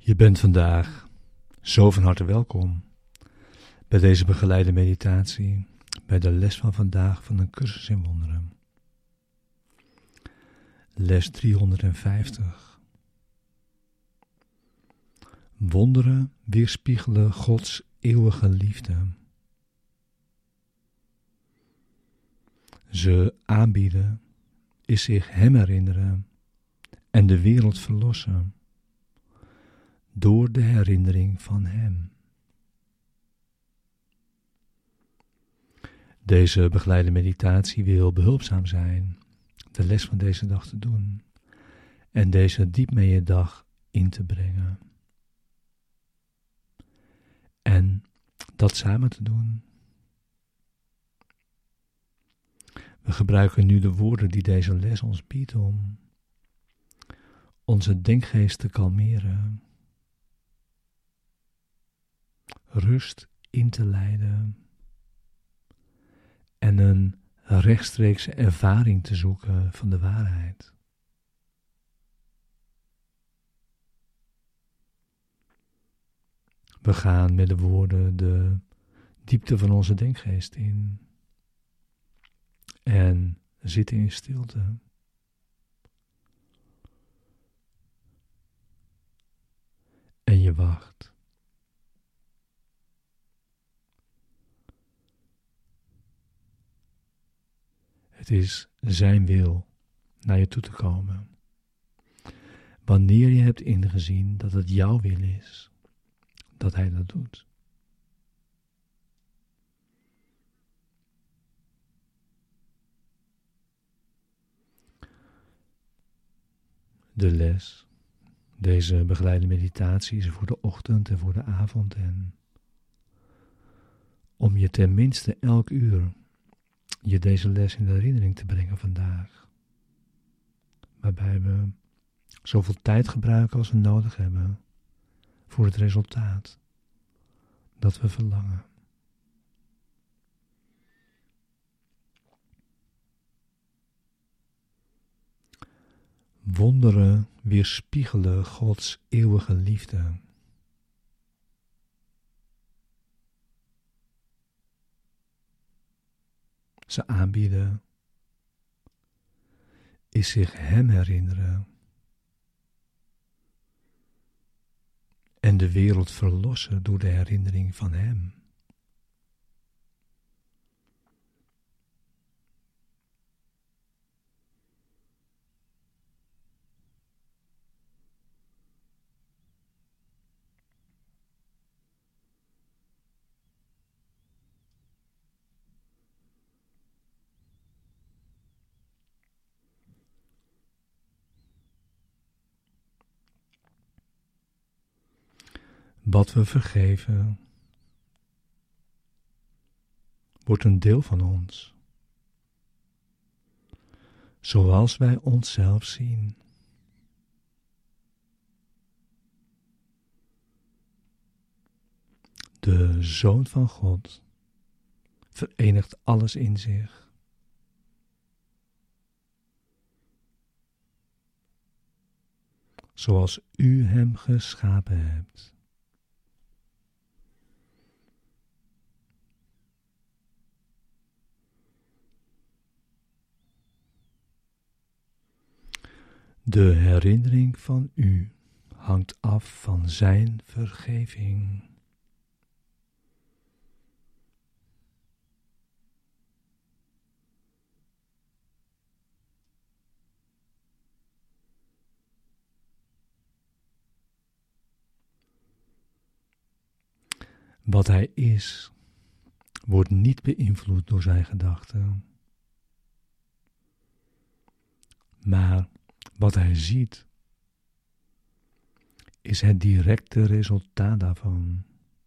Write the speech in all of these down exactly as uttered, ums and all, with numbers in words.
Je bent vandaag zo van harte welkom bij deze begeleide meditatie, bij de les van vandaag van een cursus in wonderen. Les driehonderdvijftig. Wonderen weerspiegelen Gods eeuwige liefde. Ze aanbieden is zich Hem herinneren en de wereld verlossen door de herinnering van Hem. Deze begeleide meditatie wil behulpzaam zijn de les van deze dag te doen en deze diep mee je dag in te brengen. En dat samen te doen. We gebruiken nu de woorden die deze les ons biedt om onze denkgeest te kalmeren, rust in te leiden en een rechtstreekse ervaring te zoeken van de waarheid. We gaan met de woorden de diepte van onze denkgeest in en zitten in stilte. En je wacht. Het is zijn wil naar je toe te komen. Wanneer je hebt ingezien dat het jouw wil is, dat hij dat doet. De les, deze begeleide meditatie is voor de ochtend en voor de avond en om je tenminste elk uur je deze les in de herinnering te brengen vandaag. Waarbij we zoveel tijd gebruiken als we nodig hebben voor het resultaat dat we verlangen. Wonderen weerspiegelen Gods eeuwige liefde. Ze aanbieden is zich Hem herinneren en de wereld verlossen door de herinnering van Hem. Wat we vergeven, wordt een deel van ons, zoals wij onszelf zien. De Zoon van God verenigt alles in zich. Zoals u Hem geschapen hebt. De herinnering van u hangt af van zijn vergeving. Wat hij is, wordt niet beïnvloed door zijn gedachten. Maar wat hij ziet, is het directe resultaat daarvan.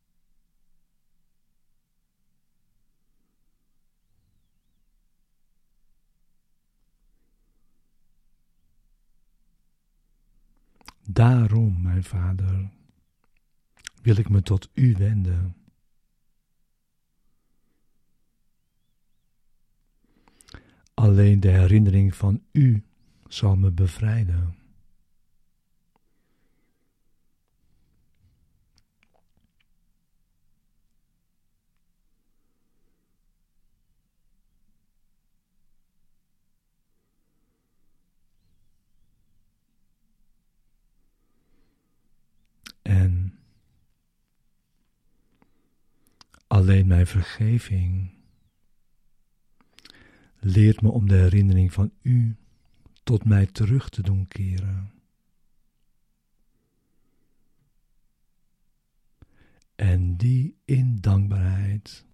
Daarom, mijn Vader, wil ik me tot u wenden. Alleen de herinnering van u zal me bevrijden. Alleen mijn vergeving leert me om de herinnering van u tot mij terug te doen keren. En die in dankbaarheid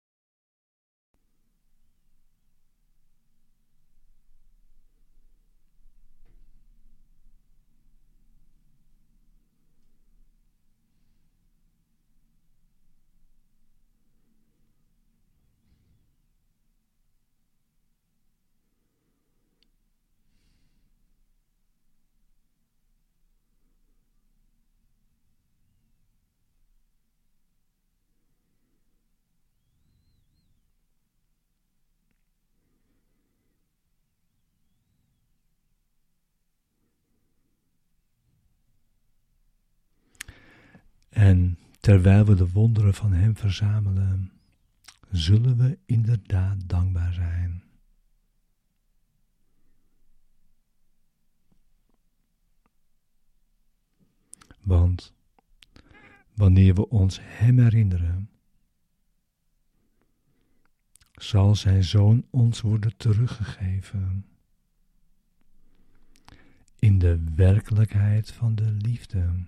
en terwijl we de wonderen van Hem verzamelen, zullen we inderdaad dankbaar zijn. Want wanneer we ons Hem herinneren, zal Zijn Zoon ons worden teruggegeven in de werkelijkheid van de liefde.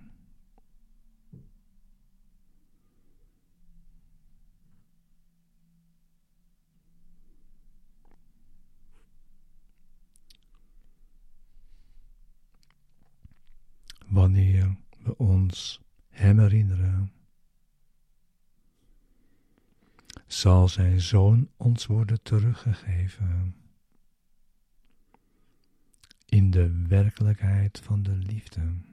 Wanneer we ons Hem herinneren, zal Zijn Zoon ons worden teruggegeven in de werkelijkheid van de liefde.